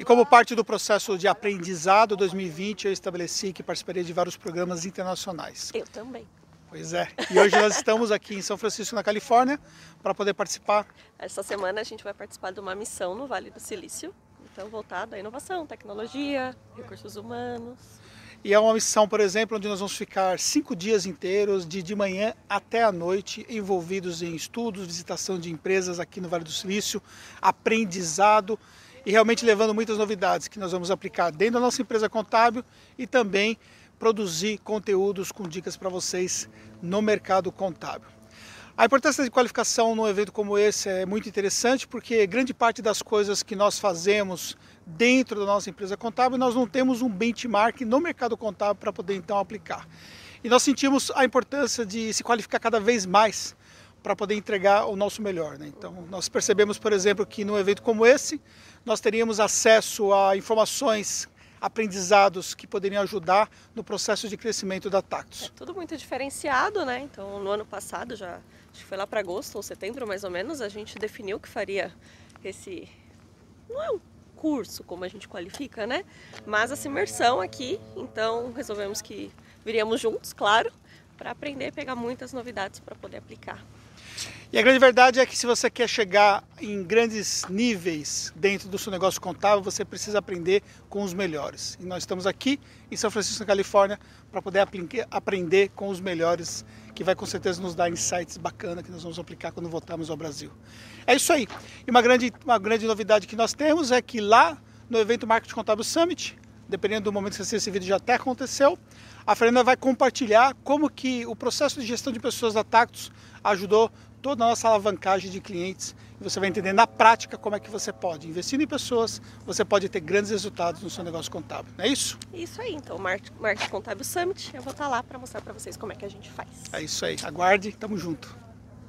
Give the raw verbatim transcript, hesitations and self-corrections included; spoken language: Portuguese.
como parte do processo de aprendizado dois mil e vinte, eu estabeleci que participaria de vários programas internacionais. Eu também. Pois é. E hoje nós estamos aqui em São Francisco, na Califórnia, para poder participar. Essa semana a gente vai participar de uma missão no Vale do Silício, então voltada à inovação, tecnologia, recursos humanos. E é uma missão, por exemplo, onde nós vamos ficar cinco dias inteiros, de, de manhã até a noite, envolvidos em estudos, visitação de empresas aqui no Vale do Silício, aprendizado e realmente levando muitas novidades que nós vamos aplicar dentro da nossa empresa contábil e também produzir conteúdos com dicas para vocês no mercado contábil. A importância de qualificação num evento como esse é muito interessante porque grande parte das coisas que nós fazemos dentro da nossa empresa contábil, nós não temos um benchmark no mercado contábil para poder então aplicar. E nós sentimos a importância de se qualificar cada vez mais para poder entregar o nosso melhor, né? Então nós percebemos, por exemplo, que num evento como esse, nós teríamos acesso a informações, aprendizados que poderiam ajudar no processo de crescimento da Tactus. É tudo muito diferenciado, né? Então no ano passado, já acho que foi lá para agosto ou setembro mais ou menos, a gente definiu que faria esse, não é um curso como a gente qualifica, né? Mas essa imersão aqui, então resolvemos que viríamos juntos, claro, para aprender e pegar muitas novidades para poder aplicar. E a grande verdade é que se você quer chegar em grandes níveis dentro do seu negócio contábil, você precisa aprender com os melhores. E nós estamos aqui em São Francisco, na Califórnia, para poder aprender com os melhores, que vai com certeza nos dar insights bacanas que nós vamos aplicar quando voltarmos ao Brasil. É isso aí. E uma grande, uma grande novidade que nós temos é que lá no evento Marketing Contábil Summit, dependendo do momento que você assistir esse vídeo, já até aconteceu, a Fernanda vai compartilhar como que o processo de gestão de pessoas da Tactus ajudou toda a nossa alavancagem de clientes. E você vai entender na prática como é que você pode, investindo em pessoas, você pode ter grandes resultados no seu negócio contábil. Não é isso? Isso aí. Então, o Marketing Contábil Summit, eu vou estar lá para mostrar para vocês como é que a gente faz. É isso aí. Aguarde. Tamo junto.